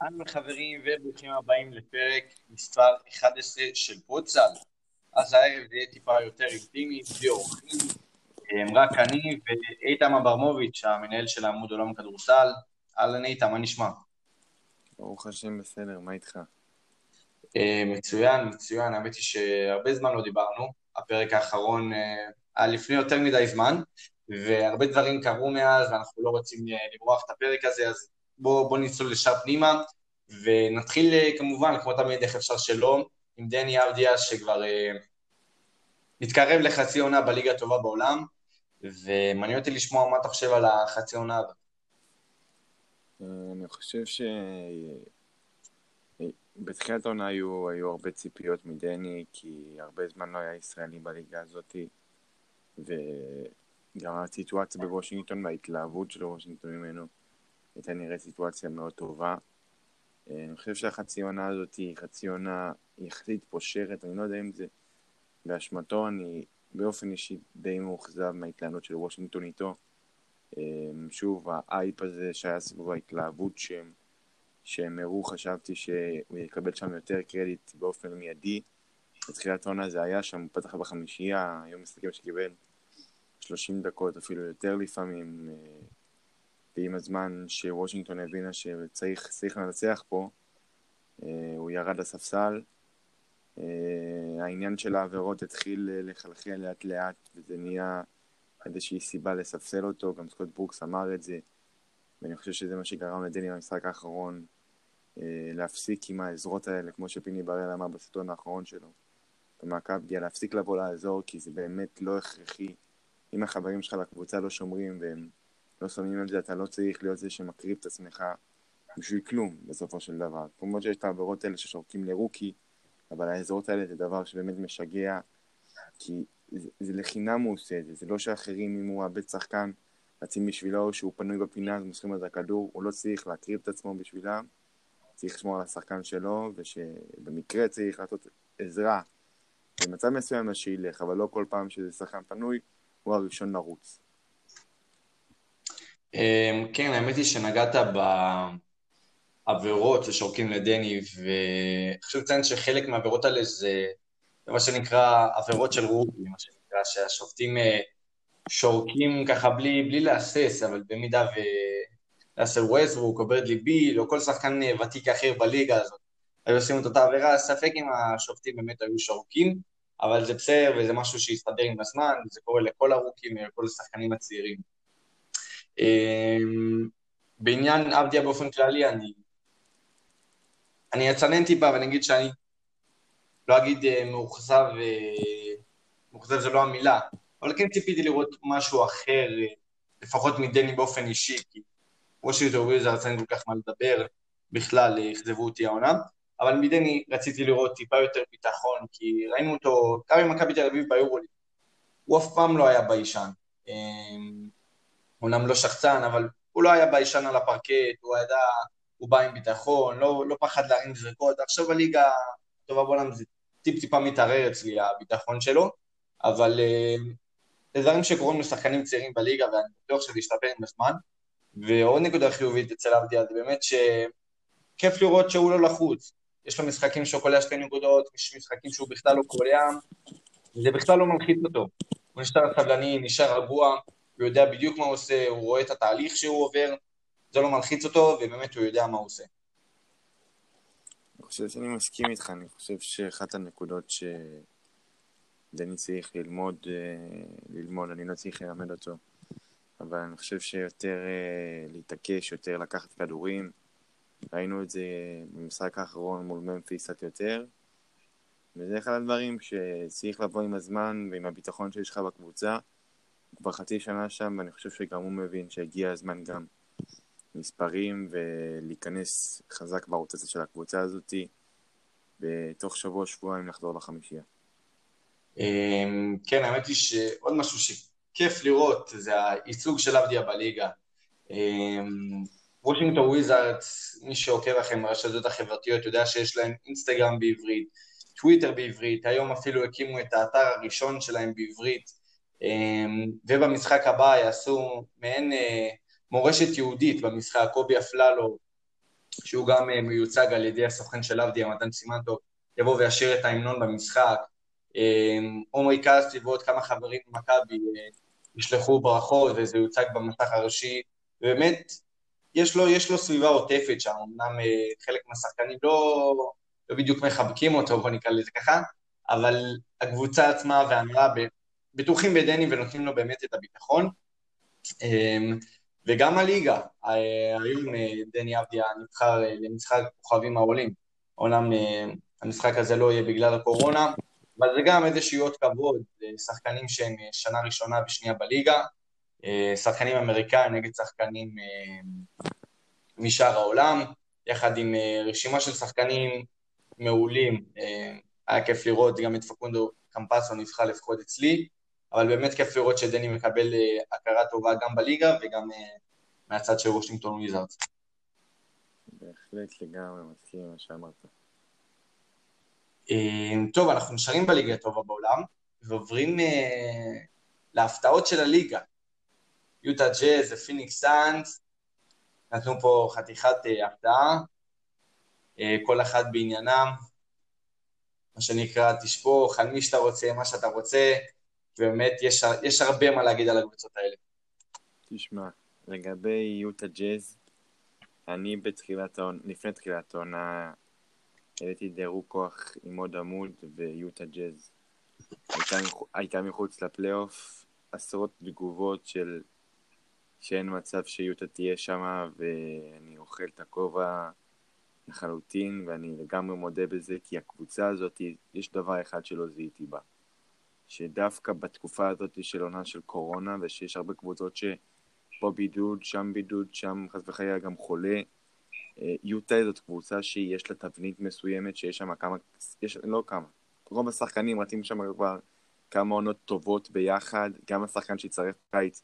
אהלן חברים וברוכים הבאים לפרק מספר 11 של פוצל. אז הערב זה יהיה טיפה יותר אינטימי, בלי אורחים, רק אני ואיתם אברמוביץ', המנהל של עמוד עולם כדורסל. אהלן איתם, מה נשמע? ברוך השם בסדר, מה איתך? מצוין, מצוין, האמת היא שהרבה זמן לא דיברנו, הפרק האחרון היה לפני יותר מדי זמן, והרבה דברים קרו מאז ואנחנו לא רוצים לברוח את הפרק הזה, אז בוא נצלול לשם פנימה. ונתחיל כמובן, כמו תמיד, איך אפשר שלא, עם דני אבדיה שכבר מתקרב לחצי עונה בליגה הטובה בעולם, ומעניין אותי לשמוע מה אתה חושב על החצי עונה הזאת. אני חושב שבתחילת העונה היו הרבה ציפיות מדני, כי הרבה זמן לא היה ישראלי בליגה הזאת, וגם הסיטואציה בוושינגטון וההתלהבות של וושינגטון ממנו הייתה נראית סיטואציה מאוד טובה. אני חושב שהחצי עונה הזאת היא חצי עונה יחסית פושרת, אני לא יודע אם זה באשמתו, אני באופן אישי די מאוכזב מההתלהבות של וושינגטון איתו. שוב, האייפ הזה שהיה סביב ההתלהבות שהם הראו, חשבתי שהוא יקבל שם יותר קרדיט באופן מיידי. בתחילת העונה זה היה שם, הוא פתח בחמישייה, היום מסתכל שקיבל 30 דקות, אפילו יותר לפעמים, ועם הזמן שוושינגטון הבינה שצריך לנצח פה, הוא ירד לספסל. העניין של העבירות התחיל לחלחל לאט לאט, וזה נהיה איזושהי סיבה לספסל אותו, גם סקוט ברוקס אמר את זה, ואני חושב שזה מה שגרם לדני במשחק האחרון, להפסיק עם העזרות האלה, כמו שפיני בראל אמר בסרטון האחרון שלו, במכבי, להפסיק לבוא לעזור, כי זה באמת לא הכרחי. אם החברים שלך לקבוצה לא שומרים והם לא שמים על זה, אתה לא צריך להיות זה שמקריב את עצמך בשביל כלום בסופו של דבר. כמו שיש את העבירות האלה ששורקים לרוקי, אבל העזרות האלה זה דבר שבאמת משגע, כי זה לחינם הוא עושה את זה, זה לא שאחרים, אם הוא מאבד שחקן, רצים בשבילו, שהוא פנוי בפינה, אז מוסכים על זה הכדור, הוא לא צריך להקריב את עצמו בשבילם, צריך לשמור על השחקן שלו, ושבמקרה צריך לעשות עזרה, במצב מסוים שילך, אבל לא כל פעם שזה שחקן פנוי, הוא הראשון לרוץ. כן, האמת היא שנגעת בעבירות ששורקים לדני, וחשוב לציין שחלק מהעבירות האלה זה מה שנקרא עבירות של רובי, מה שנקרא שהשופטים שורקים ככה בלי להסס, אבל במידה לאסל ווסטברוק או ברדלי ביל או כל שחקן ותיק אחר בליגה הזאת היו עושים את אותה עבירה, ספק אם השופטים באמת היו שורקים, אבל זה בסדר וזה משהו שיסתדר עם הזמן, זה קורה לכל הרוקים ולכל השחקנים הצעירים. בעניין אבדיה באופן כללי, אני אצנן טיפה ואני אגיד שאני לא אגיד מאוכזב, מאוכזב זה לא המילה, אבל כן ציפיתי לראות משהו אחר, לפחות מדני באופן אישי, כי וושינגטון וויזארדס אין כל כך מה לדבר, בכלל אכזבו אותי העונה, אבל מדני רציתי לראות טיפה יותר ביטחון, כי ראינו אותו, גם עם מכבי תל אביב ביורוליג, הוא אף פעם לא היה ביישן, אומנם לא שחצן, אבל הוא לא היה ביישן על הפרקט, הוא בא עם ביטחון, לא פחד להרים זריקות, עכשיו הליגה טובה בעולם זה טיפה מתערער אצלי הביטחון שלו, אבל זה דברים שקורים לשחקנים צעירים בליגה, ואני בטוח שזה ישתפר עם הזמן. ועוד נקודה חיובית אצל אבדיה, זה באמת שכיף לראות שהוא לא לחוץ. יש לו משחקים שהוא קולע 2 נקודות, יש משחקים שהוא בכלל לא קולע, וזה בכלל לא מלחיץ אותו. הוא נשאר סבלני, נשאר רגוע, הוא יודע בדיוק מה הוא עושה, הוא רואה את התהליך שהוא עובר, זה לא מלחיץ אותו, ובאמת הוא יודע מה הוא עושה. אני חושב שאני מסכים איתך, אני חושב שאחת הנקודות שדני צריך ללמוד, אני לא צריך ללמד אותו, אבל אני חושב שיותר להתעקש, יותר לקחת כדורים, ראינו את זה במשחק האחרון מול ממפיס קצת יותר, וזה אחד הדברים שצריך לבוא עם הזמן ועם הביטחון שיש לך בקבוצה, כבר חצי שנה שם, ואני חושב שגם הוא מבין שהגיע הזמן גם מספרים ולהיכנס חזק בערוץ של הקבוצה הזאת, בתוך שבוע-שבועיים לחזור לחמישייה. כן, האמת היא שעוד משהו שכיף לראות זה הייצוג של אבדיה בליגה. וושינגטון וויזארדס, מי שעוקב לכם ברשתות החברתיות יודע שיש להם אינסטגרם בעברית, טוויטר בעברית, היום אפילו הקימו את האתר הראשון שלהם בעברית, ובמשחק הבא יעשו מעין מורשת יהודית במשחק, קובי אפללו שהוא גם מיוצג על ידי הסוכן של אבדיה, מתן סימנטוב, יבוא וישיר את ההמנון במשחק. עומרי קסטי ועוד כמה חברים ממכבי ישלחו ברכות, וזה יוצג במסך הראשי, ובאמת, יש לו סביבה עוטפת שם, אמנם חלק מהשחקנים לא בדיוק מחבקים אותו, בוא נקרא לזה ככה, אבל הקבוצה עצמה והנהלה בטוחים בדני ונותנים לו באמת את הביטחון, וגם הליגה, היום דני אבדיה נבחר למשחק כוכבים העולים, אומנם המשחק הזה לא יהיה בגלל הקורונה, אבל זה גם איזושהי עוד כבוד, שחקנים שהם שנה ראשונה ושנייה בליגה, שחקנים אמריקאים נגד שחקנים משאר העולם, יחד עם רשימה של שחקנים מעולים, היה כיף לראות גם את פקונדו קמפסו נבחר לפחות אצלי, אבל באמת כיף לראות שדני מקבל הכרה טובה גם בליגה וגם מהצד של וושינגטון וויזארדס. בהחלט לגמרי מסכים עם מה שאמרת. טוב, אנחנו נשארים בליגה הטובה בעולם, ועוברים להפתעות של הליגה. יוטה ג'אז ופיניקס סאנס, נתנו פה חתיכת הפתעה, כל אחד בעניינם, מה שנקרא, תשפוך על מי שאתה רוצה, מה שאתה רוצה, ובאמת יש הרבה מה להגיד על הקבוצות האלה. תשמע, לגבי יוטה ג'אז, אני לפני תחילת העונה, העליתי דירוג כוח עם עוד עמוד, ויוטה ג'אז הייתה מחוץ לפלייאוף, עשרות תגובות שאין מצב שיוטה תהיה שם, ואני אוכל את הכובע לחלוטין, ואני לגמרי מודה בזה, כי הקבוצה הזאת, יש דבר אחד שלא זיהיתי בה, שדווקא בתקופה הזאת של עונה של קורונה, ושיש הרבה קבוצות שפה בידוד, שם חס וחלילה גם חולה, יוטה זאת קבוצה שיש לה תבנית מסוימת, שיש שם רוב השחקנים רצים שם כבר כמה עונות טובות ביחד, גם השחקן שיצטרף קיץ,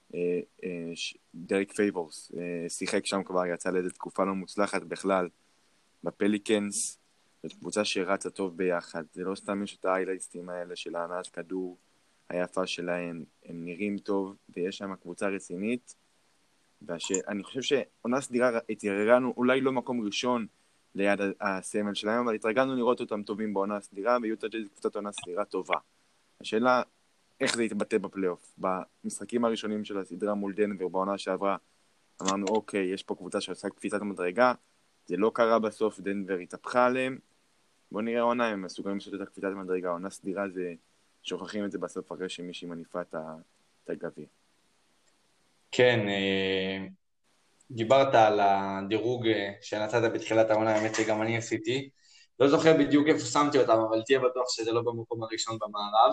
דריק פייבורס, שיחק שם כבר, יצא לאיזו תקופה לא מוצלחת בכלל, בפליקנס, זאת קבוצה שרצה טוב ביחד, זה לא סתם יש את האיילייטסטים האלה של הענת כדור היפה שלהם, הם נראים טוב, ויש שם קבוצה רצינית, ואני חושב שעונה סדירה התרגלנו, אולי לא מקום ראשון ליד הסמל שלהם, אבל התרגלנו לראות אותם טובים בעונה סדירה, ויוטה ג'אז קבוצת עונה סדירה טובה. השאלה, איך זה יתבטא בפלייאוף? במשחקים הראשונים של הסדרה מול דנבר בעונה שעברה, אמרנו, אוקיי, יש פה קבוצה שעושה קפיצת המדרגה, זה לא קרה בסוף, דנבר התהפכה עליהם, בואו נראה עונה, הם מסוגלים לעשות את הקפיצת המדרגה, עונה סדירה זה, שוכחים את זה בסוף אחרי שמישהי מניפה את הגביע. כן, דיברת על הדירוג שנתת בתחילת העונה, האמת שגם אני עשיתי, לא זוכר בדיוק איפה שמתי אותם, אבל תהיה בטוח שזה לא במקום הראשון במערב.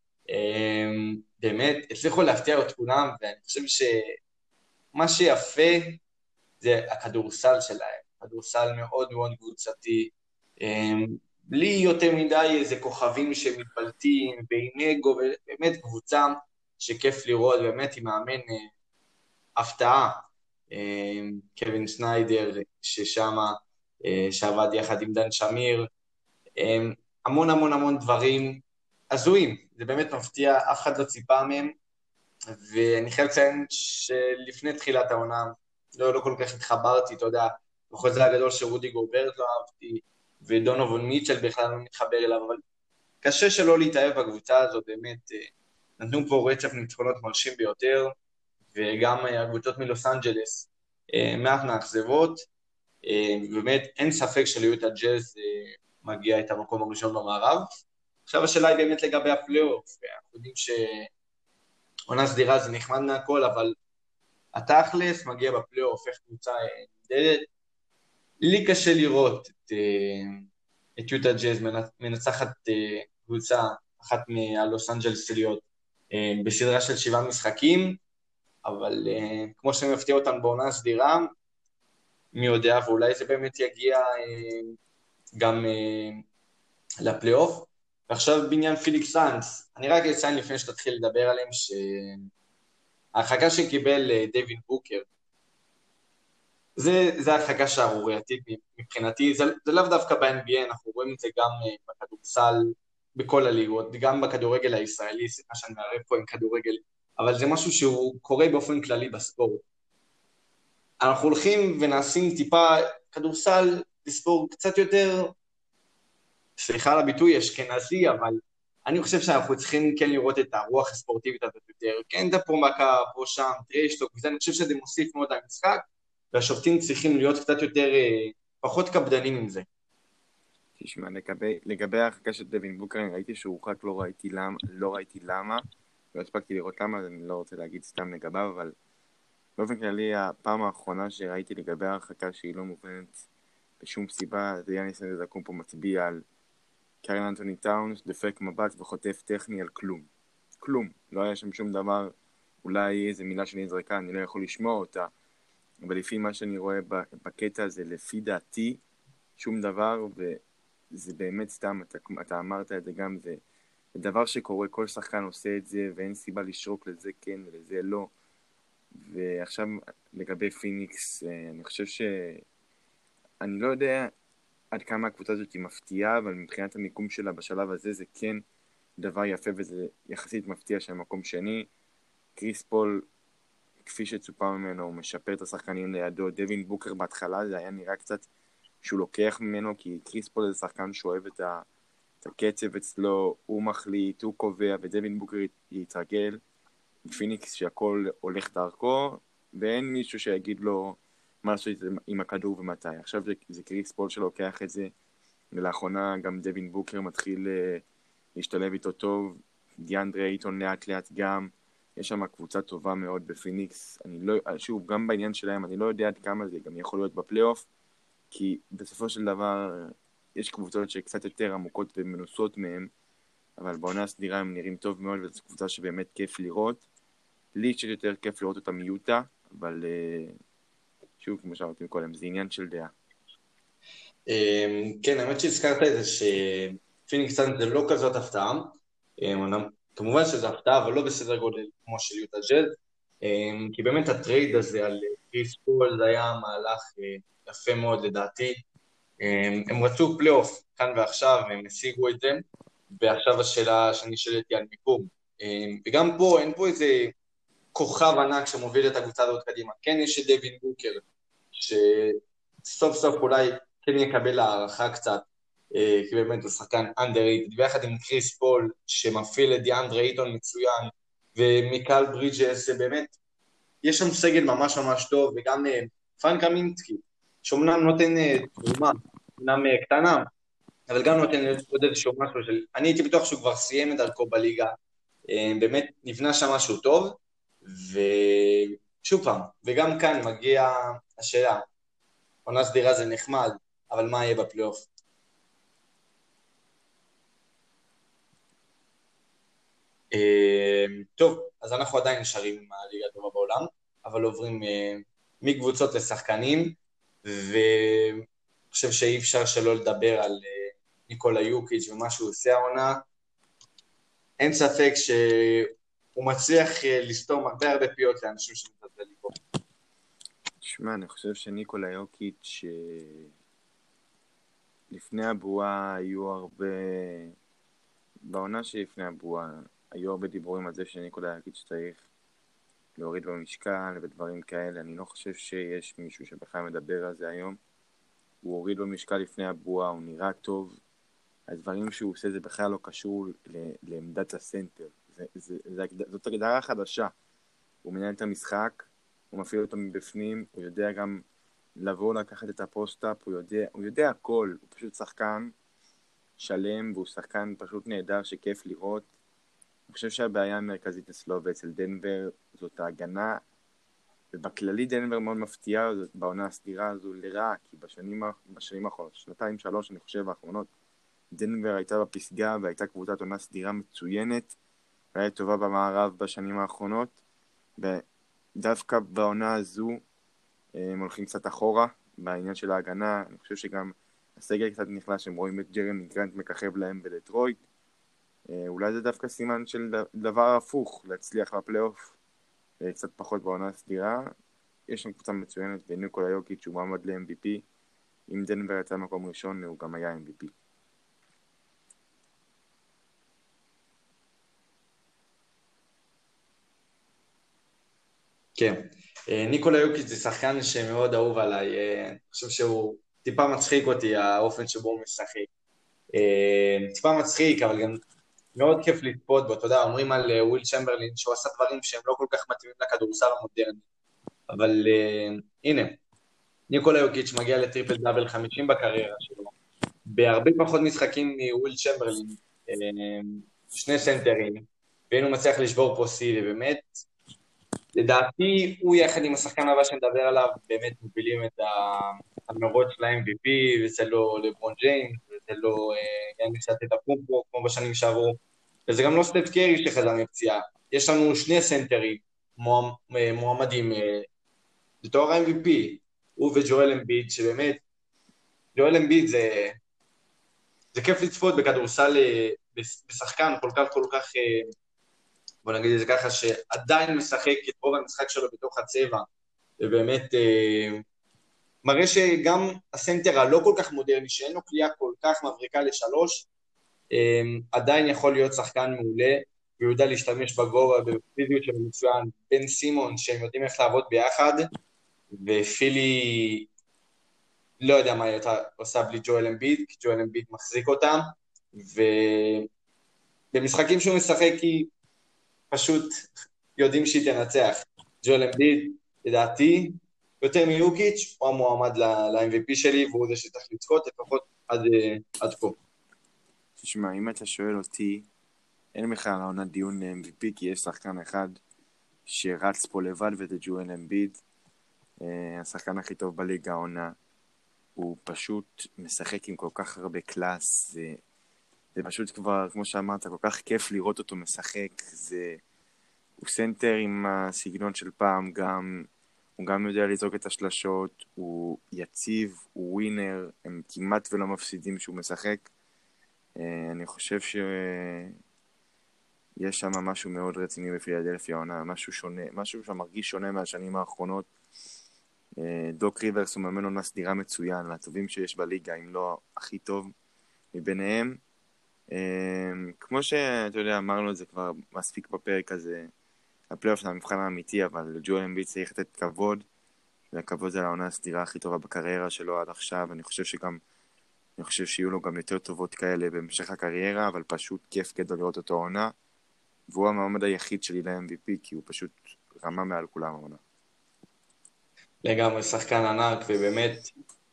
באמת, הצליחו להפתיע את כולם, ואני חושב שמה שיפה זה הכדורסל שלהם, כדורסל מאוד מאוד קבוצתי, בלי יותר מדי איזה כוכבים שמתבלטים, באינגו, באמת קבוצה שכיף לראות, באמת עם מאמן הפתעה, קווין שניידר ששמה, שעבד יחד עם דן שמיר, המון המון המון דברים הזויים, זה באמת מפתיע, אף אחד לא ציפה מהם, ואני חייב לציין שלפני תחילת העונה, לא כל כך התחברתי, אתה יודע, בחוזה הגדול שרודי גוברט לא אהבתי, ודונובין מיטשל בכלל לא מתחבר אליו, אבל קשה שלא להתאהב בקבוצה הזאת, באמת, נתנו פה רצף ניצחונות מרשים ביותר, וגם הקבוצות מלוס אנג'לס מעט מאכזבות, ובאמת אין ספק שליוטה ג'אז מגיע את המקום הראשון במערב. עכשיו השאלה היא באמת לגבי הפלייאוף, אנחנו יודעים שעונה סדירה זה נחמד מהכל, אבל התכלס מגיע בפלייאוף, איך קבוצה נמדדת. לי קשה לראות את יוטה ג'אז מנצחת קבוצה אחת מהלוס אנג'לס להיות בסדרה של 7 משחקים, אבל כמו שמפתיע אותם בעונה סדירה, מי יודע, ואולי זה באמת יגיע גם לפלייאוף. ועכשיו בעניין פיניקס סאנס, אני רק אציין לפני שתתחיל לדבר עליהם, שההרחקה שקיבל דיוויד בוקר, זה הרחקה שערורייתית מבחינתי, זה לאו דווקא ב-NBA, אנחנו רואים את זה גם בכדורסל, בכל הליגות, גם בכדורגל הישראלי, סליחה שאני מערב פה עם כדורגל, אבל זה משהו שהוא קורה באופן כללי בספורט. אנחנו הולכים ונעשים טיפה כדורסל לספור קצת יותר, סליחה על הביטוי, אשכנזי, אבל אני חושב שאנחנו צריכים כן לראות את הרוח הספורטיבית הזאת יותר, כן דפרומקה פה שם, טרשטוק וזה, אני חושב שזה מוסיף מאוד למשחק, והשופטים צריכים להיות קצת יותר, פחות קפדנים עם זה. תשמע, לגבי ההרחקה של דווין בוקר, אני ראיתי שהוא הורחק, לא ראיתי למה, לא הספקתי לראות למה, אז אני לא רוצה להגיד סתם לגביו, אבל באופן כללי, הפעם האחרונה שראיתי לגבי ההרחקה שהיא לא מובנת בשום סיבה, זה יאניס אנטטוקונמפו מצביע על קייל אנתוני טאונס, דופק מבט וחוטף טכני על כלום. כלום. לא היה שם שום דבר, אולי איזו מילה שנזרקה, אני לא יכול לשמוע אותה, אבל לפי מה שאני רואה בקטע הזה, לפי דעתי, שום דבר, וזה באמת סתם, אתה אמרת את זה גם, זה דבר שקורה, כל שחקן עושה את זה, ואין סיבה לשרוק לזה כן ולזה לא. ועכשיו לגבי פיניקס, אני חושב אני לא יודע עד כמה הקבוצה הזאת היא מפתיעה, אבל מבחינת המיקום שלה בשלב הזה זה כן דבר יפה, וזה יחסית מפתיע של מקום שני. קריס פול, כפי שצופה ממנו, הוא משפר את השחקנים לידו. דווין בוקר בהתחלה זה היה נראה קצת שהוא לוקח ממנו, כי קריס פול זה שחקן שאוהב את הקצב אצלו, הוא מחליט, הוא קובע, ודווין בוקר יתרגל. פיניקס שהכל הולך דרכו, ואין מישהו שיגיד לו מה לעשות עם הכדור ומתי. עכשיו זה קריס פול שלוקח את זה, ולאחרונה גם דווין בוקר מתחיל להשתלב איתו טוב, דיאנדרה אייטון לאט לאט גם, יש שם קבוצה טובה מאוד בפיניקס, שוב, גם בעניין שלהם, אני לא יודע עד כמה זה גם יכול להיות בפלייאוף, כי בסופו של דבר יש קבוצות שקצת יותר עמוקות ומנוסות מהם, אבל בעונה הסדירה הם נראים טוב מאוד, וזו קבוצה שבאמת כיף לראות. לי קצת יותר כיף לראות אותה מיוטה, אבל שוב, כמו שאמרתי קודם, זה עניין של דעה. כן, האמת שהזכרת את זה שפיניקס סאנס זה לא כזאת הפתעה, כמובן שזו הפתעה, אבל לא בסדר גודל כמו של יוטה ג'אז, כי באמת הטרייד הזה על קריס פול זה היה מהלך יפה מאוד לדעתי, הם רצו פלייאוף כאן ועכשיו, הם השיגו את זה, ועכשיו השאלה שאני שואלת היא על מיקום, וגם פה אין פה איזה כוכב ענק שמוביל את הקבוצה הזאת קדימה, כן יש את דווין בוקר, שסוף סוף אולי כן יקבל הערכה קצת, כי באמת הוא שחקן underrated, ביחד עם קריס פול שמפעיל את דיאנדרה אייטון מצוין, ומיקל ברידג'ס, באמת יש שם סגל ממש ממש טוב, וגם פרנק קמינסקי, שאומנם נותן תרומה, אומנם קטנה, אבל גם נותן עוד איזשהו משהו אני הייתי בטוח שהוא כבר סיים את דרכו בליגה, באמת נבנה שם משהו טוב, ושוב פעם, וגם כאן מגיע השאלה, עונה סדירה זה נחמד, אבל מה יהיה בפלייאוף? טוב, אז אנחנו עדיין נשארים עם הליגה הטובה בעולם, אבל עוברים מקבוצות לשחקנים, ואני חושב שאי אפשר שלא לדבר על ניקולה יוקיץ' ומה שהוא עושה העונה. אין ספק שהוא מצליח לסתום הרבה פיות לאנשים שמתזלים פה. תשמע, אני חושב שניקולה יוקיץ' לפני הבועה היו הרבה... בעונה שלפני הבועה היו הרבה דיבורים על זה שניקולה יוקיץ' צריך להוריד במשקל ודברים כאלה. אני לא חושב שיש מישהו שבכלל מדבר על זה היום. הוא הוריד במשקל לפני הבועה, הוא נראה טוב. הדברים שהוא עושה זה בכלל לא קשור לעמדת הסנטר. זאת הגדרה חדשה. הוא מנהל את המשחק, הוא מפעיל אותו מבפנים, הוא יודע גם לבוא לקחת את הפוסט-אפ, הוא יודע הכל, הוא פשוט שחקן שלם, והוא שחקן פשוט נהדר שכיף לראות. אני חושב שהבעיה המרכזית אצלו ואצל דנבר זאת ההגנה, ובכללי דנבר מאוד מפתיעה בעונה הסדירה הזו לרעה, כי בשנים האחרונות, 2-3 אני חושב האחרונות, דנבר הייתה בפסגה והייתה קבוצת עונה סדירה מצוינת, והייתה טובה במערב בשנים האחרונות, ודווקא בעונה הזו הם הולכים קצת אחורה בעניין של ההגנה. אני חושב שגם הסגל קצת נחלש, הם רואים את ג'רמי גרנט מככב להם בדטרויט, אולי זה דווקא סימן של דבר הפוך, להצליח בפלייאוף, קצת פחות בעונה הסדירה. יש שם קבוצה מצוינת, וניקולה יוקיץ' שהוא מעמד ל-MVP, אם דנבר יצא מקום ראשון הוא גם היה MVP. כן, ניקולה יוקיץ' זה שחקן שמאוד אהוב עליי, אני חושב שהוא טיפה מצחיק אותי האופן שבו הוא משחק. טיפה מצחיק, אבל גם מאוד כיף לצפות בו, אתה יודע, אומרים על וויל צ'מברלין שהוא עשה דברים שהם לא כל כך מתאימים לכדורסל המודרני, אבל הנה, ניקולה יוקיץ' מגיע לטריפל דאבל 50 בקריירה שלו, בהרבה פחות משחקים מוויל צ'מברלין, אה, שני סנטרים, והיינו מצליח לשבור פה שיא, ובאמת, לדעתי הוא יחד עם השחקן הבא שנדבר עליו, באמת מובילים את המרוץ של ה-MVP, וזה לא לברון ג'יימס, וזה לא יאניס אנטטוקונמפו, כמו בשנים שעברו, וזה גם לא סטף קרי שחזר מפציעה. יש לנו שני סנטרים מועמדים לתואר ה-MVP, הוא וג'ואל אמביד, שבאמת, ג'ואל אמביד זה כיף לצפות בכדורסל בשחקן כל כך, בוא נגיד את זה ככה, שעדיין משחק את רוב המשחק שלו בתוך הצבע, ובאמת מראה שגם הסנטר הלא כל כך מודרני, שאין לו קליעה כל כך מבריקה לשלוש, עדיין יכול להיות שחקן מעולה, והוא יודע להשתמש בגובה, בפיזיות שלו מצוין, בן סימון, שהם יודעים איך לעבוד ביחד, ופילי לא יודע מה היא עושה בלי ג'ואל אמביד, כי ג'ואל אמביד מחזיק אותם, ובמשחקים שהוא משחק היא פשוט יודעים שהיא תנצח. ג'ואל אמביד, לדעתי, יותר מיוקיץ' הוא המועמד ל-MVP שלי, והוא זה שצריך לצפות, לפחות עד פה. תשמע, אם אתה שואל אותי, אין בכלל העונה דיון MVP, כי יש שחקן אחד שרץ פה לבד, וזה ג'ואל אמביד, השחקן הכי טוב בליגה העונה. הוא פשוט משחק עם כל כך הרבה קלאס, זה פשוט כבר, כמו שאמרת, כל כך כיף לראות אותו משחק, הוא סנטר עם הסגנון של פעם, הוא גם יודע לזרוק את השלשות, הוא יציב, הוא ווינר, הם כמעט ולא מפסידים שהוא משחק. אני חושב שיש שם משהו מאוד רציני בפילדלפיה העונה, משהו שונה, משהו שמרגיש שונה מהשנים האחרונות. דוק ריברס הוא מאמן עונה סדירה מצוין, לטובים שיש בליגה, אם לא הכי טוב מביניהם. כמו שאתה יודע, אמרנו את זה כבר מספיק בפרק הזה, הפלייאוף זה המבחן האמיתי, אבל ג'ואל אמביד צריך לתת כבוד, והכבוד זה לעונה הסדירה הכי טובה בקריירה שלו עד עכשיו. אני חושב שיהיו לו גם יותר טובות כאלה במשך הקריירה, אבל פשוט כיף גדול לראות אותו עונה, והוא המעמד היחיד שלי ל-MVP, כי הוא פשוט רמה מעל כולם העונה. לגמרי שחקן ענק, ובאמת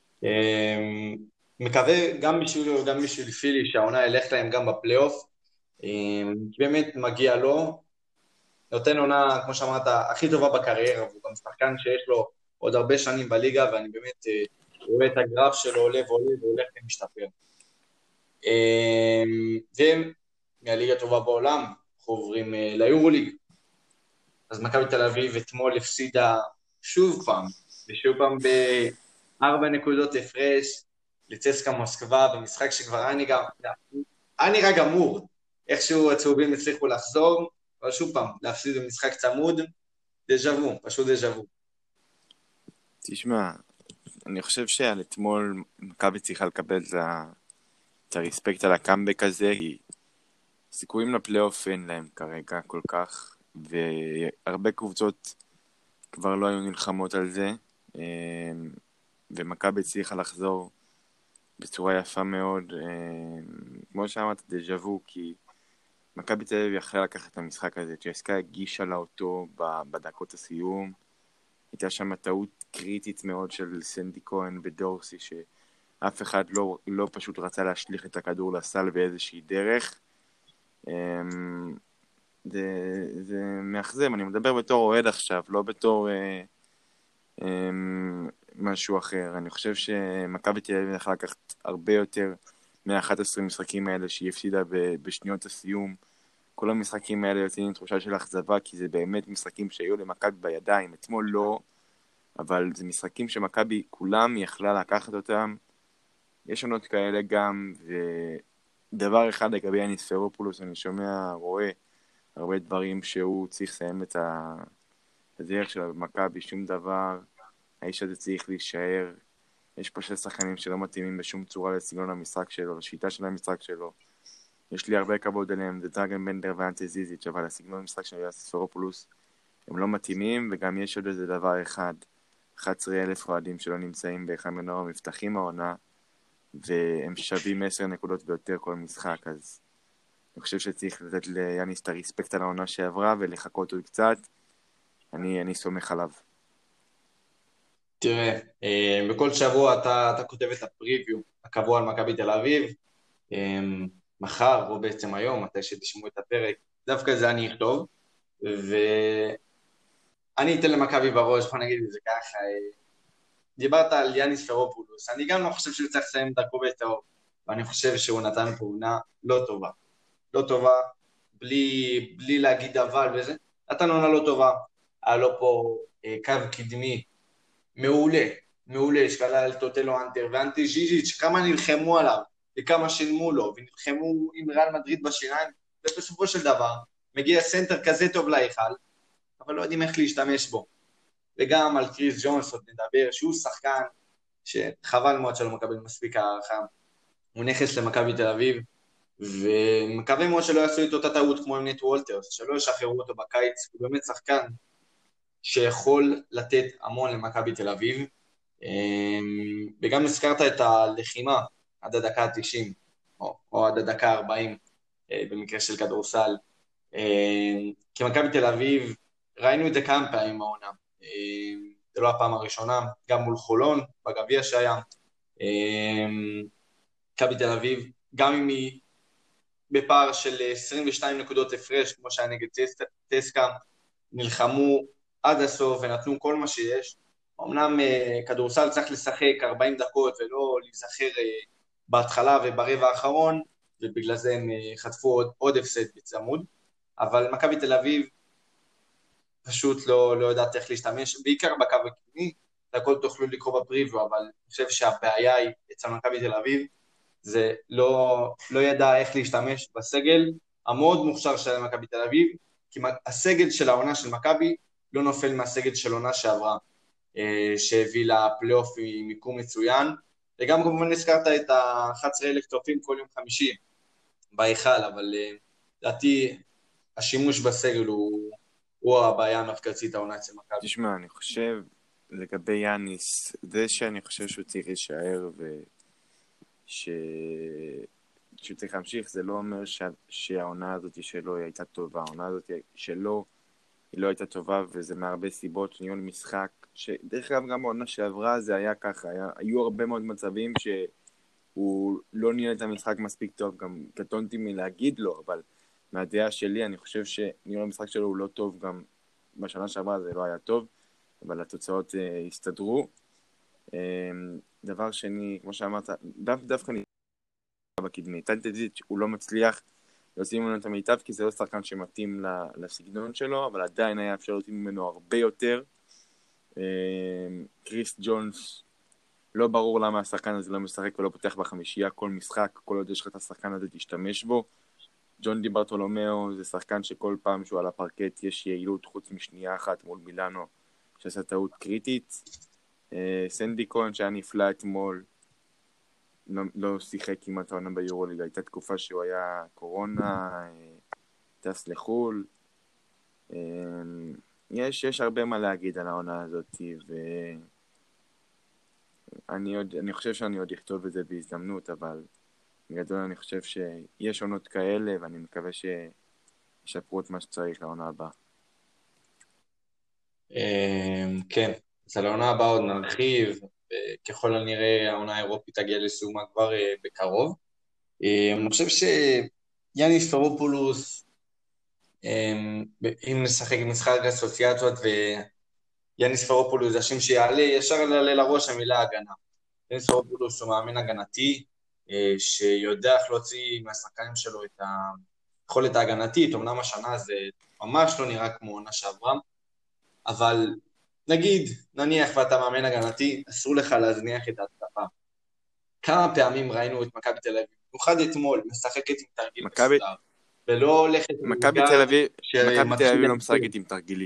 מקווה גם בשבילו, גם בשביל פילי, שהעונה ילך להם גם בפלייאוף, כי באמת מגיע לו, נותן עונה, כמו שאמרת, הכי טובה בקריירה, והוא גם שחקן שיש לו עוד הרבה שנים בליגה, ואני באמת רואה את הגרף שלו עולה ועולה והולך ומשתפר. ומהליגה הטובה בעולם, אנחנו עוברים ליורוליג, אז מכבי תל אביב אתמול הפסידה שוב פעם ב4 נקודות הפרש לצסקה מוסקבה, במשחק שכבר היה נראה גמור, איכשהו הצהובים הצליחו לחזור, אבל שוב פעם, להפסיד במשחק צמוד, דז'אבו, פשוט דז'אבו. תשמע, אני חושב שעל אתמול מכבי צריכה לקבל את הרספקט על הקאמבק הזה, כי סיכויים לפלייאוף אין להם כרגע כל כך, והרבה קבוצות כבר לא היו נלחמות על זה, ומכבי צריכה לחזור בצורה יפה מאוד, כמו שאמרת, דז'אבו, כי מכבי תל אביב יכלה לקחת את המשחק הזה, צ'סקה הגישה לה אותו בדקות הסיום, הייתה שם טעות קריטית מאוד של סנדי כהן ודורסי, שאף אחד לא פשוט רצה להשליך את הכדור לסל באיזושהי דרך. זה מאכזב, אני מדבר בתור אוהד עכשיו, לא בתור משהו אחר. אני חושב שמכבי תל אביב יכלה לקחת הרבה יותר מה-11 משחקים האלה שהיא הפסידה בשניות הסיום. כל המשחקים האלה יוצאים עם תחושה של אכזבה, כי זה באמת משחקים שהיו למכבי בידיים. אתמול לא, אבל זה משחקים שמכבי כולם יכלה לקחת אותם. יש עונות כאלה גם, ודבר אחד לגבי יאניס פרופולוס, אני רואה הרבה דברים שהוא צריך לסיים את הדרך שלו במכבי, שום דבר, האיש הזה צריך להישאר. יש פה שני שחקנים שלא מתאימים בשום צורה לסגנון המשחק שלו, לשיטה של המשחק שלו. יש לי הרבה כבוד אליהם, זה דרגן בנדר ואנטי זיזיץ', אבל הסגנון המשחק של יאניס פרופולוס הם לא מתאימים, וגם יש עוד איזה דבר אחד. 11,000 אוהדים שלא נמצאים באחד מנור המבטחים העונה, והם שווים 10 נקודות ויותר כל משחק, אז אני חושב שצריך לתת ליאניס את הרספקט על העונה שעברה ולחכות עוד קצת. אני סומך עליו. תראה, בכל שבוע אתה כותב את הפריוויו הקבוע על מכבי תל אביב, מחר או בעצם היום, מתי שתשמעו את הפרק, דווקא זה אני אכתוב, ואני אתן למכבי בראש, בוא נגיד את זה ככה, דיברת על יאניס פרופולוס, אני גם לא חושב שהוא צריך לסיים דרכו בטוב, ואני חושב שהוא נתן פה עונה לא טובה, לא טובה, בלי להגיד אבל וזה, נתן עונה לא טובה, היה לו פה קו קדמי, מעולה, מעולה, שכלל טוטלו אנטר ואנטי ז'יז'יץ', כמה נלחמו עליו וכמה שילמו לו, ונלחמו עם ריאל מדריד בשיניים, ובסופו של דבר מגיע סנטר כזה טוב להיכל, אבל לא יודעים איך להשתמש בו. וגם על קריס ג'ונס עוד נדבר, שהוא שחקן שחבל מאוד שלא מקבל מספיק הערכה, הוא נכס למכבי תל אביב, ומקווה מאוד שלא יעשו איתו את הטעות כמו עם נט וולטרס, שלא ישחררו אותו בקיץ, הוא באמת שחקן שיכול לתת המון למכבי תל אביב, וגם הזכרת את הלחימה עד הדקה ה-90, או עד הדקה ה-40, במקרה של כדורסל. כי מכבי תל אביב, ראינו את זה כמה פעמים העונה, זה לא הפעם הראשונה, גם מול חולון, בגביע שהיה, מכבי תל אביב, גם אם היא בפער של 22 נקודות הפרש, כמו שהיה נגד טסקה, נלחמו עד הסוף ונתנו כל מה שיש. אמנם כדורסל צריך לשחק 40 דקות ולא להיזכר בהתחלה וברבע האחרון, ובגלל זה הם חטפו עוד הפסד בצמוד, אבל מכבי תל אביב פשוט לא יודעת איך להשתמש, בעיקר בקו הקדמי, הכל תוכלו לקרוא בפריוויו, אבל אני חושב שהבעיה היא אצל מכבי תל אביב, זה לא ידע איך להשתמש בסגל המאוד מוכשר של מכבי תל אביב, כי הסגל של העונה של מכבי לא נופל מהסגל של עונה שעברה, שהביא לפלייאוף עם מיקום מצוין, וגם כמובן הזכרת את ה-11,000 צופים כל יום חמישי בהיכל, אבל לדעתי השימוש בסגל הוא הבעיה המרכזית העונה אצל מכבי. תשמע, אני חושב לגבי יאניס, זה שאני חושב שהוא צריך להישאר שהוא צריך להמשיך, זה לא אומר שהעונה הזאת שלו היא הייתה טובה, העונה הזאת שלו היא לא הייתה טובה, וזה מהרבה סיבות, ניהול משחק, שדרך כלל גם בעונה שעברה זה היה ככה, היו הרבה מאוד מצבים שהוא לא ניהל את המשחק מספיק טוב, גם קטונתי מלהגיד לו, אבל מהדעה שלי אני חושב שניהול המשחק שלו הוא לא טוב, גם בשנה שעברה זה לא היה טוב, אבל התוצאות הסתדרו. דבר שני, כמו שאמרת, דווקא בקדמי, טנטזיץ' הוא לא מצליח להוציא ממנו את המיטב, כי זה לא שחקן שמתאים לסגנון שלו, אבל עדיין היה אפשר להוציא ממנו הרבה יותר. קריס ג'ונס, לא ברור למה השחקן הזה לא משחק ולא פותח בחמישייה כל משחק, כל עוד יש לך את השחקן הזה תשתמש בו. ג'ון די ברטולומיאו זה שחקן שכל פעם שהוא על הפרקט יש יעילות חוץ משנייה אחת מול מילאנו, שעשה טעות קריטית. סנדי כהן שהיה נפלא אתמול, לא שיחק כמעט העונה ביורוליגה, הייתה תקופה שהוא היה קורונה, טס לחול. יש הרבה מה להגיד על העונה הזאת, ואני חושב שאני עוד אכתוב את זה בהזדמנות, אבל בגדול אני חושב שיש עונות כאלה, ואני מקווה שישפרו את מה שצריך לעונה הבאה. כן, אז על העונה הבאה עוד נרחיב, וככל הנראה העונה האירופית תגיע לסיומה כבר בקרוב. אני חושב שיאניס פרופולוס, אם נשחק עם משחק אסוציאציות ויאניס פרופולוס זה השם שיעלה, ישר יעלה לראש המילה הגנה. יאניס פרופולוס הוא מאמן הגנתי, שיודע איך להוציא מהשחקנים שלו את היכולת ההגנתית, אמנם השנה זה ממש לא נראה כמו עונה שעברה, אבל נניח ואתה מאמן הגנתי, אסור לך להזניח את ההתקפה. כמה פעמים ראינו את מכבי תל אביב, במיוחד אתמול, משחקת עם תרגיל מסודר, ולא הולכת... מכבי תל אביב לא משחקת עם תרגילים.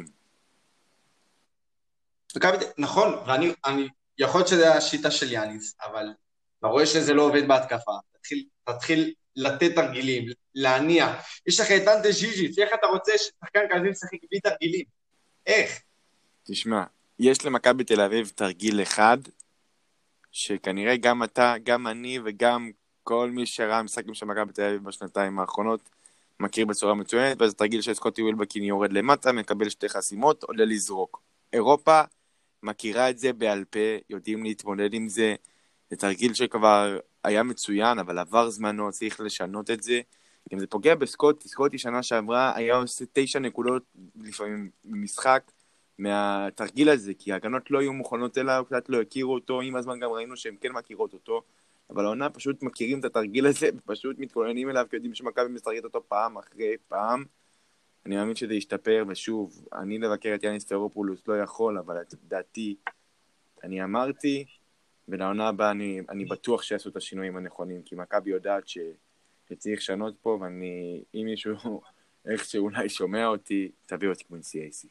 נכון, ואני יכול להיות שזה השיטה של יאניס, אבל אתה רואה שזה לא עובד בהתקפה, תתחיל לתת תרגילים, להניע, יש לך את אנטה ז'יז'יץ', איך אתה רוצה ששחקן כזה משחק בלי תרגילים? איך? תשמע, יש למכבי תל אביב תרגיל אחד, שכנראה גם אתה, גם אני וגם כל מי שראה משחקים של מכבי תל אביב בשנתיים האחרונות, מכיר בצורה מצוינת, וזה תרגיל שסקוטי ווילבקין יורד למטה, מקבל שתי חסימות, עולה לזרוק. אירופה מכירה את זה בעל פה, יודעים להתמודד עם זה, זה תרגיל שכבר היה מצוין, אבל עבר זמנו, צריך לשנות את זה. אם זה פוגע בסקוטי, סקוטי שנה שעברה היה עושה 9 נקודות לפעמים במשחק מהתרגיל הזה, כי ההגנות לא היו מוכנות אליו, קצת לא הכירו אותו, עם הזמן גם ראינו שהם כן מכירות אותו, אבל העונה פשוט מכירים את התרגיל הזה, ופשוט מתכוננים אליו, כי יודעים שמכבי משחקת אותו פעם אחרי פעם. אני מאמין שזה ישתפר, ושוב, אני לבקר את יאניס ספרופולוס לא יכול, אבל את דעתי, אני אמרתי, ולעונה הבאה אני בטוח שיעשו את השינויים הנכונים, כי מכבי יודעת שצריך לשנות פה, ואני, אם מישהו איך שאולי שומע אותי, תביאו את קווינסי אייסי.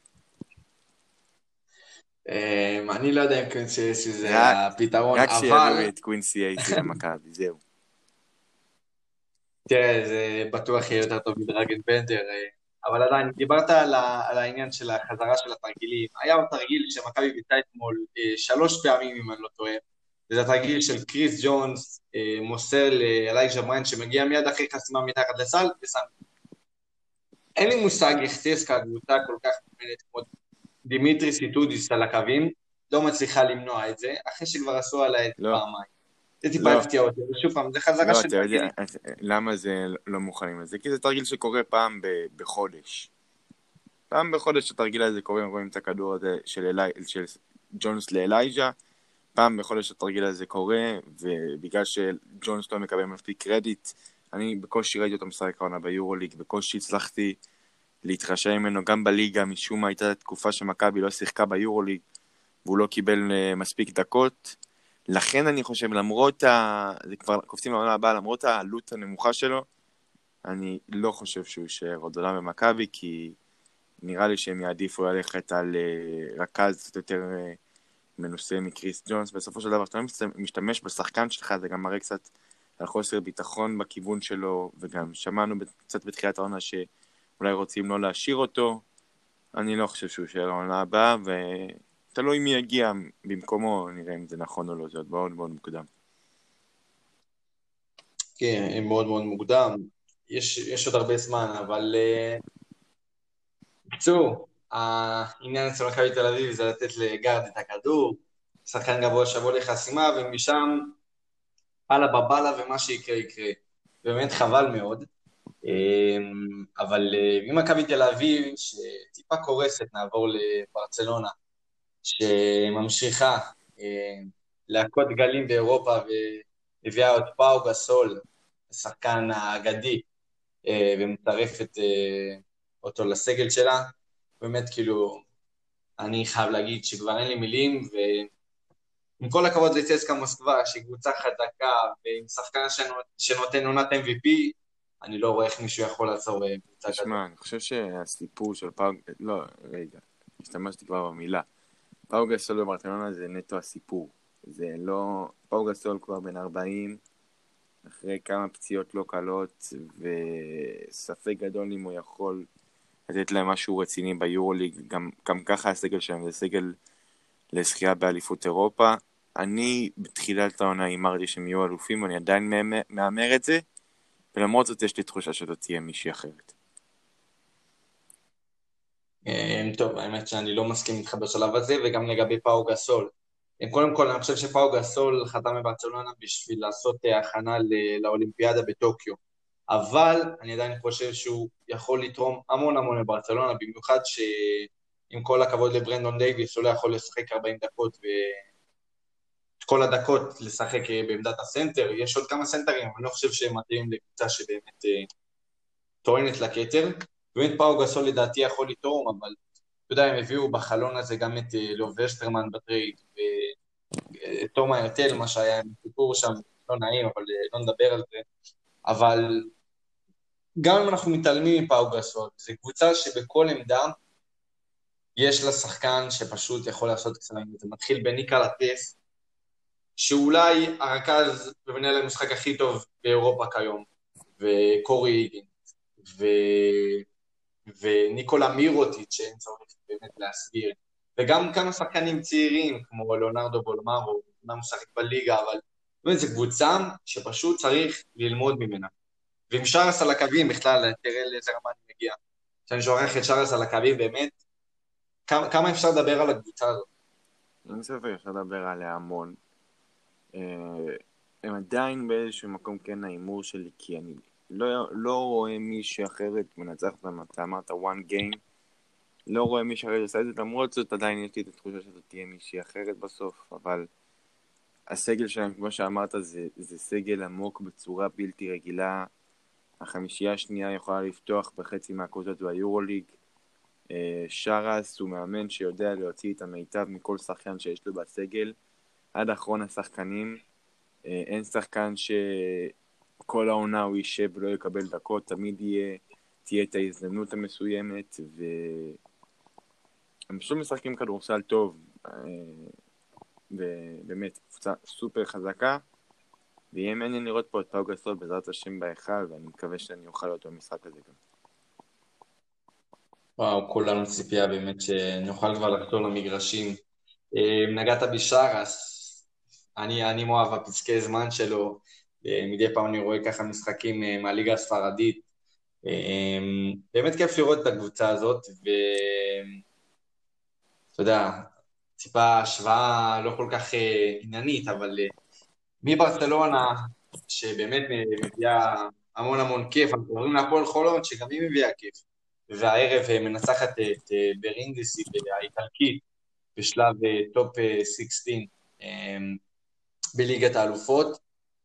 אני לא יודע אם קווינסי אייסי זה הפתרון, רק אבל שיביאו את קווינסי אייסי למכבי, זהו. תראה, זה בטוח יהיה יותר טוב מדרגן בנדר, אבל עדיין, דיברת על העניין של החזרה של התרגילים. היה עוד תרגיל שמכבי ביצעה אתמול 3 פעמים, אם אני לא טועה. זה התרגיל של קריס ג'ונס, מוסר לאלייג'ה בריין, שמגיע מיד אחרי חסימה מתחת לסל, ושם. אין לי מושג איך צסקה, קבוצה כל כך מובנת כמו דימיטרי סיטודיס על הקווים, לא מצליחה למנוע את זה, אחרי שכבר עשו עליה את לא, פעמיים. זה טיפה לא, הפתיע אותי, ושוב פעם, זה חזרה לא, של אתה יודע, תרגילים. למה זה לא מוכנים לזה? כי זה תרגיל שקורה פעם בחודש. פעם בחודש התרגיל הזה קורה, רואים את הכדור הזה של ג'ונס לאלייג'ה, פעם בחודש התרגיל הזה קורה, ובגלל שג'ונס לא מקבל מספיק קרדיט, אני בקושי ראיתי אותו משחק העונה ביורוליג, בקושי הצלחתי להתרשם ממנו גם בליגה, משום מה הייתה תקופה שמכבי לא שיחקה ביורוליג, והוא לא קיבל מספיק דקות, לכן אני חושב, זה כבר קופצים לעונה הבאה, למרות העלות הנמוכה שלו, אני לא חושב שהוא יישאר עוד עולם במכבי, כי נראה לי שהם יעדיפו ללכת על רכז קצת יותר מנוסה מקריס ג'ונס, בסופו של דבר, כשאתה משתמש בשחקן שלך, זה גם מראה קצת על חוסר ביטחון בכיוון שלו, וגם שמענו קצת בתחילת העונה שאולי רוצים לא להשאיר אותו, אני לא חושב שהוא יישאר לעונה הבאה, ותלוי מי יגיע במקומו, נראה אם זה נכון או לא, זה עוד מאוד מאוד מוקדם. כן, מאוד מאוד מוקדם. יש עוד הרבה זמן, אבל בקיצור, העניין אצל מכבי תל אביב זה לתת לגארד את הכדור, שחקן גבוה שבוא לחסימה, ומשם הלאה בבאללה ומה שיקרה יקרה. באמת חבל מאוד. אבל אם מכבי תל אביב, שטיפה קורסת, נעבור לברצלונה, שממשיכה להכות גלים באירופה והביאה עוד פאו גסול, השחקן האגדי, ומצרפת אותו לסגל שלה. באמת כאילו, אני חייב להגיד שכבר אין לי מילים, ועם כל הכבוד לצסקה מוסקבה, שהיא קבוצה חזקה, ועם שחקן שנותן עונת MVP, אני לא רואה איך מישהו יכול לעצור קבוצה כזאת. תשמע, אני חושב שהסיפור של פאו... לא, רגע, השתמשתי כבר במילה. פאו גסול בברצלונה זה נטו הסיפור. זה לא... פאו גסול כבר בן 40, אחרי כמה פציעות לא קלות, וספק גדול אם הוא יכול לתת להם משהו רציני ביורוליג. גם ככה הסגל שלהם זה סגל לזכייה באליפות אירופה. אני בתחילת העונה אמרתי שהם יהיו אלופים, ואני עדיין מאמר את זה, ולמרות זאת יש לי תחושה שזאת תהיה מישהי אחרת. טוב, האמת שאני לא מסכים איתך בשלב הזה, וגם לגבי פאו גסול. קודם כל, אני חושב שפאו גסול חתם בברצלונה בשביל לעשות הכנה לאולימפיאדה בטוקיו. אבל אני עדיין חושב שהוא יכול לתרום המון המון לברצלונה, במיוחד שעם כל הכבוד לברנדון דייביס, הוא לא יכול לשחק 40 דקות ואת כל הדקות לשחק בעמדת הסנטר. יש עוד כמה סנטרים, אבל אני לא חושב שהם מתאים לקבוצה שבאמת טוענת לכתר. באמת פאו גסול לדעתי יכול לתרום, אבל אתה יודע, הם הביאו בחלון הזה גם את לוב וסטרמן בטרייד, ותומא הרטל, מה שהיה עם סיפור שם, לא נעים, אבל לא נדבר על זה. אבל גם אם אנחנו מתעלמים מפאו גסול, זו קבוצה שבכל עמדה יש לה שחקן שפשוט יכול לעשות קצרים. זה מתחיל בניקה לטס, שאולי הרכז ומנהל המשחק הכי טוב באירופה כיום, וקורי היגינס, וניקולה מירוטיץ' שאין צורך באמת להסביר, וגם כמה שחקנים צעירים, כמו ליאונרדו בולמרו, אומנם משחק בליגה, אבל באמת זו קבוצה שפשוט צריך ללמוד ממנה. ועם שרס על הקווים בכלל, תראה לאיזה רמה אני מגיע. כשאני שוכח את שרס על הקווים, באמת, כמה אפשר לדבר על הקבוצה הזאת? אין ספק, אפשר לדבר עליה המון. הם עדיין באיזשהו מקום כן ההימור שלי, כי אני לא רואה מישהו אחרת מנצח אותם. אתה אמרת one game, לא רואה מישהו אחרת עושה את זה, למרות זאת עדיין יש לי את התחושה שזאת תהיה מישהי אחרת בסוף, אבל הסגל שלהם, כמו שאמרת, זה סגל עמוק בצורה בלתי רגילה. החמישייה השנייה יכולה לפתוח בחצי מהקבוצות ביורוליג. שרס הוא מאמן שיודע להוציא את המיטב מכל שחקן שיש לו בסגל, עד אחרון השחקנים. אין שחקן שכל העונה הוא יישב ולא יקבל דקות, תמיד תהיה את ההזדמנות המסוימת, והם פשוט משחקים כדורסל טוב, ובאמת קבוצה סופר חזקה, ויהיה מעניין לראות פה את פאו גסול בעזרת השם בהיכל, ואני מקווה שאני אוכל להיות במשחק הזה גם. וואו, כולנו ציפייה באמת שנוכל כבר לחזור למגרשים. נגעת בשרס, אני מואב הפסקי זמן שלו, מדי פעם אני רואה ככה משחקים מהליגה הספרדית. באמת כיף לראות את הקבוצה הזאת, ואתה יודע, טיפה השוואה לא כל כך עניינית, אבל מברצלונה, שבאמת מביאה המון המון כיף, אנחנו מדברים להפועל חולון, שגם היא מביאה כיף, והערב מנצחת את ברינדיסי האיטלקית, בשלב טופ 16 בליגת האלופות,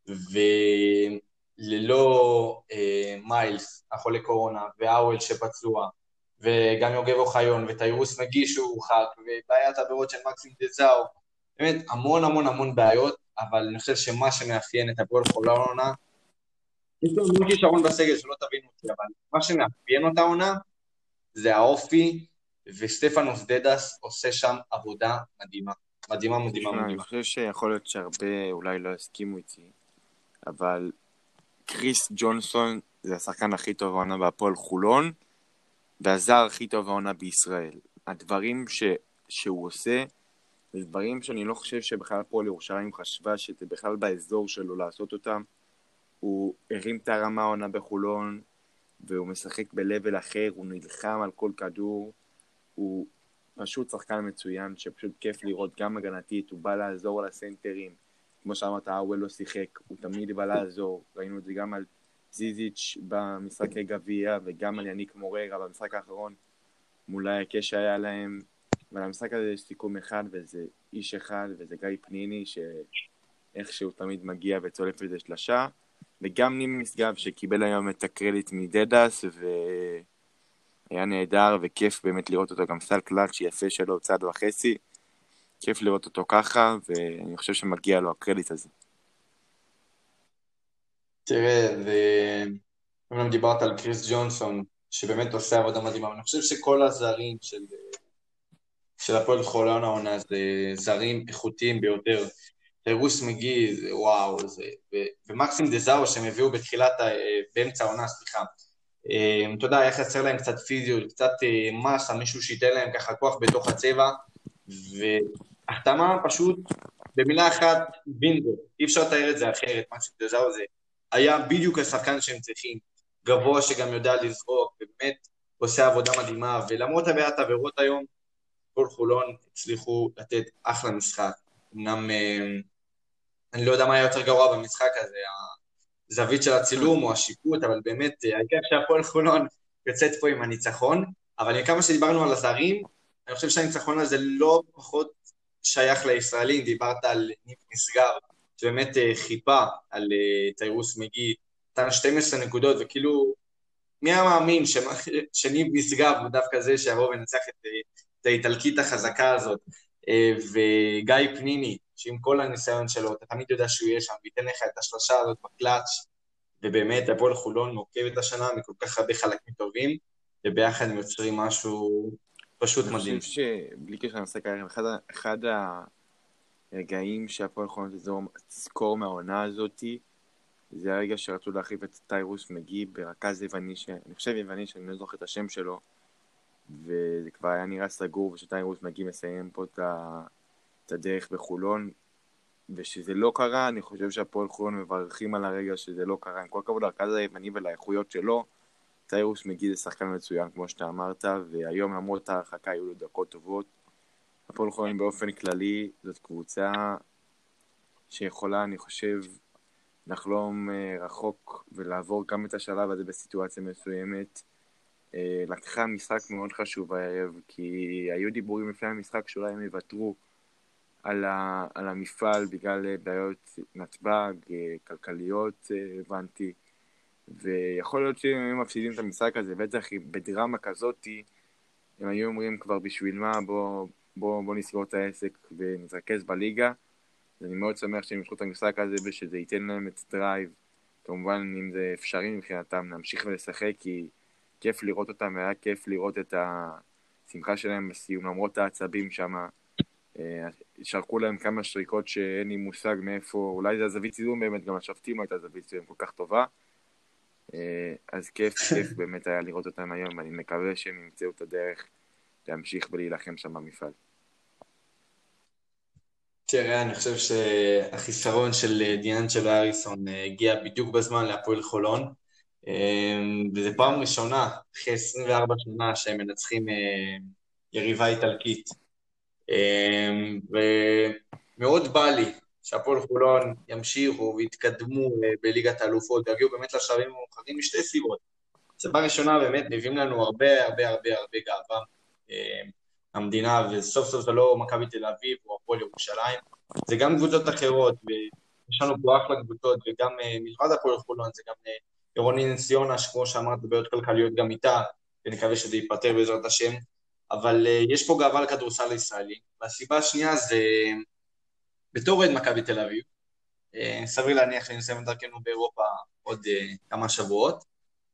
וללא מיילס, החולה קורונה, והאוול שפצוע, וגם יוגב אוחיון, ותיירוס מגי שהוא הורחק, ובעיית עבירות של מקסים דזאו, באמת המון המון המון בעיות, אבל אני חושב שמה שמאפיין את הפועל חולון העונה, יש לו המון כישרון בסגל שלא תבינו אותי, אבל מה שמאפיין אותה עונה, זה האופי, וסטפנוס דדס עושה שם עבודה מדהימה. מדהימה, מדהימה, אני מדהימה. חושב שיכול להיות שהרבה אולי לא הסכימו איתי, אבל קריס ג'ונסון זה השחקן הכי טוב העונה בהפועל חולון, והזר הכי טוב העונה בישראל. הדברים שהוא עושה, זה דברים שאני לא חושב שבכלל הפועל ירושלים חשבה שזה בכלל באזור שלו לעשות אותם. הוא הרים את הרמה העונה בחולון, והוא משחק בלבל אחר, הוא נלחם על כל כדור, הוא פשוט שחקן מצוין, שפשוט כיף לראות גם הגנתית, הוא בא לעזור על הסנטרים, כמו שאמרת, האוול לא שיחק, הוא תמיד בא לעזור, ראינו את זה גם על זיזיץ' במשחקי גביע, וגם על יניק מוררה במשחק האחרון, מול ההיקש שהיה להם, ולמשחק הזה יש סיכום אחד, וזה איש אחד, וזה גיא פניני, שאיכשהו תמיד מגיע וצולף לזה שלשה, וגם נים משגב שקיבל היום את הקרדיט מדדס, והיה נהדר וכיף באמת לראות אותו, גם סל קלאץ' יפה שלו צעד וחצי, כיף לראות אותו ככה, ואני חושב שמגיע לו הקרדיט הזה. תראה, ואומנם דיברת על קריס ג'ונסון, שבאמת עושה עבודה מדהימה, אבל אני חושב שכל הזרים של הפועל חולון העונה זה זרים איכותיים ביותר. טירוס מגי, וואו, ומקסים דזאו שהם הביאו באמצע העונה, סליחה. אתה יודע, היה חסר להם קצת פיזיות, קצת מסה, מישהו שייתן להם ככה כוח בתוך הצבע, והחתמה פשוט, במילה אחת, בינגו, אי אפשר לתאר את זה אחרת, מקסים דזאו זה היה בדיוק השחקן שהם צריכים, גבוה שגם יודע לזרוק, ובאמת עושה עבודה מדהימה, ולמרות הבעיית עבירות היום, כל חולון הצליחו לתת אחלה משחק. אמנם אני לא יודע מה היה יותר גרוע במשחק הזה, הזווית של הצילום או השיפוט, אבל באמת, העיקר שהפועל חולון יוצאת פה עם הניצחון, אבל עם כמה שדיברנו על הזרים, אני חושב שהניצחון הזה לא פחות שייך לישראלים, דיברת על ניב מסגר, שבאמת חיפה על תיירוס מגי, נתן 12 נקודות, וכאילו, מי המאמין שניב מסגר הוא דווקא זה שיבוא ונצח את האיטלקית החזקה הזאת, וגיא פניני, שעם כל הניסיון שלו, אתה תמיד יודע שהוא יהיה שם, וייתן לך את השלושה הזאת בקלאץ', ובאמת הפועל חולון מורכבת השנה מכל כך הרבה חלקים טובים, וביחד הם יוצרים משהו פשוט מדהים. אני חושב שבלי קשר למשחק הערב, אחד הרגעים שהפועל חולון תזכור מהעונה הזאת, זה הרגע שרצו להחליף את טיירוס מגי ברכז יווני, אני חושב יווני שאני לא זוכר את השם שלו, וזה כבר היה נראה סגור, ושתיים רוס מגיעים לסיים פה את הדרך בחולון, ושזה לא קרה. אני חושב שהפועל חולון מברכים על הרגע שזה לא קרה, עם כל הכבוד לרכז היווני ולאיכויות שלו. טיירוס מגיע זה שחקן מצוין כמו שאתה אמרת, והיום למרות ההרחקה היו לו דקות טובות. הפועל חולון באופן כללי זאת קבוצה שיכולה, אני חושב, לחלום רחוק ולעבור גם את השלב הזה בסיטואציה מסוימת. לקחה משחק מאוד חשוב הערב, כי היו דיבורים לפני המשחק שאולי הם יוותרו על המפעל בגלל בעיות נתב"ג, כלכליות, הבנתי. ויכול להיות שהם היו מפסידים את המשחק הזה, בטח בדרמה כזאת, הם היו אומרים כבר בשביל מה, בוא נסגור את העסק ונתרכז בליגה. אז אני מאוד שמח שהם ימשכו את המשחק הזה ושזה ייתן להם את דרייב. כמובן, אם זה אפשרי מבחינתם, להמשיך ולשחק, כי כיף לראות אותם, והיה כיף לראות את השמחה שלהם בסיום, למרות העצבים שם. שרקו להם כמה שריקות שאין לי מושג מאיפה, אולי זה הזווית צילום באמת, גם השופטים הייתה זווית צילום כל כך טובה. אז כיף באמת היה לראות אותם היום, ואני מקווה שהם ימצאו את הדרך להמשיך ולהילחם שם במפעל. תראה, אני חושב שהחיסרון של דיאנג'לו האריסון הגיע בדיוק בזמן להפועל חולון, וזו פעם ראשונה, אחרי 24 שנה, שהם מנצחים יריבה איטלקית. ומאוד בא לי שהפועל חולון ימשיכו ויתקדמו בליגת האלופות, ויגיעו באמת לשלבים המאוחרים משתי סיבות. סיבה ראשונה, באמת מביאים לנו הרבה גאווה המדינה, וסוף סוף זה לא מכבי תל אביב או הפועל ירושלים, זה גם קבוצות אחרות, ויש לנו פה אחלה קבוצות, וגם מלבד הפועל חולון, זה גם עירוני נס ציונה, שכמו שאמרת, בעיות כלכליות גם איתה, ונקווה שזה ייפטר בעזרת השם, אבל יש פה גאווה לכדורסל הישראלי. והסיבה השנייה זה, בתור אוהד מכבי תל אביב, סביר להניח שנסיים את דרכנו באירופה עוד כמה שבועות,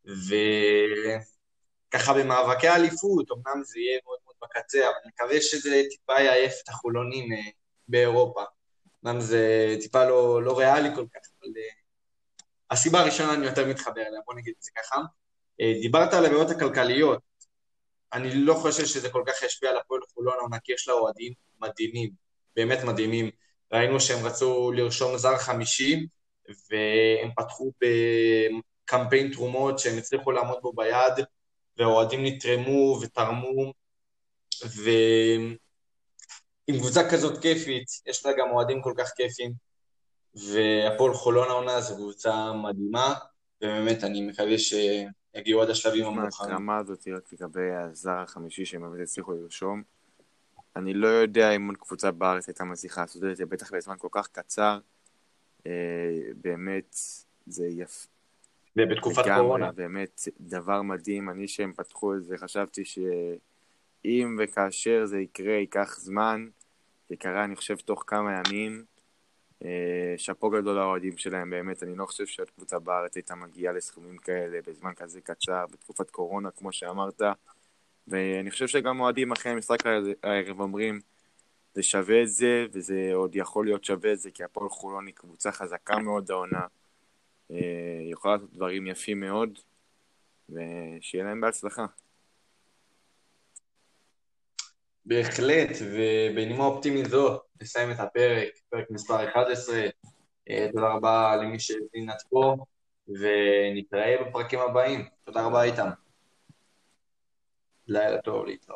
וככה במאבקי האליפות, אמנם זה יהיה מאוד מאוד בקצה, אבל אני מקווה שזה טיפה יעייף את החולונים באירופה. אמנם זה טיפה לא ריאלי כל כך, אבל הסיבה הראשונה אני יותר מתחבר אליה, בוא נגיד את זה ככה. דיברת על הבעיות הכלכליות, אני לא חושב שזה כל כך ישפיע על הפועל חולון, כי יש לה אוהדים מדהימים, באמת מדהימים. ראינו שהם רצו לרשום זר חמישי, והם פתחו בקמפיין תרומות שהם הצליחו לעמוד בו ביד, והאוהדים נתרמו ותרמו, ועם קבוצה כזאת כיפית, יש לה גם אוהדים כל כך כיפים, והפועל חולון העונה זו קבוצה מדהימה, ובאמת אני מקווה שיגיעו עד השלבים המאוחרים. הרמה הזאת רק לגבי הזר החמישי שהם באמת הצליחו לרשום, אני לא יודע אם קבוצה בארץ הייתה מצליחה לעשות את זה, בטח בזמן כל כך קצר, באמת זה יפה. ובתקופת קורונה. באמת דבר מדהים, אני שהם פתחו את זה, חשבתי שאם וכאשר זה יקרה, ייקח זמן, זה קרה אני חושב תוך כמה ימים, שפו גדול לאוהדים שלהם, באמת, אני לא חושב שהקבוצה בארץ הייתה מגיעה לסכומים כאלה בזמן כזה קצר, בתקופת קורונה כמו שאמרת, ואני חושב שגם אוהדים אחרי המשחק הערב אומרים, זה שווה את זה, וזה עוד יכול להיות שווה את זה, כי הפועל חולון היא קבוצה חזקה מאוד העונה, יכולה לעשות דברים יפים מאוד, ושיהיה להם בהצלחה. בהחלט, ובנימה אופטימית זו, נסיים את הפרק, פרק מספר 11, תודה רבה למי שהזין עד פה, ונתראה בפרקים הבאים. תודה רבה איתם. לילה טוב להתראות.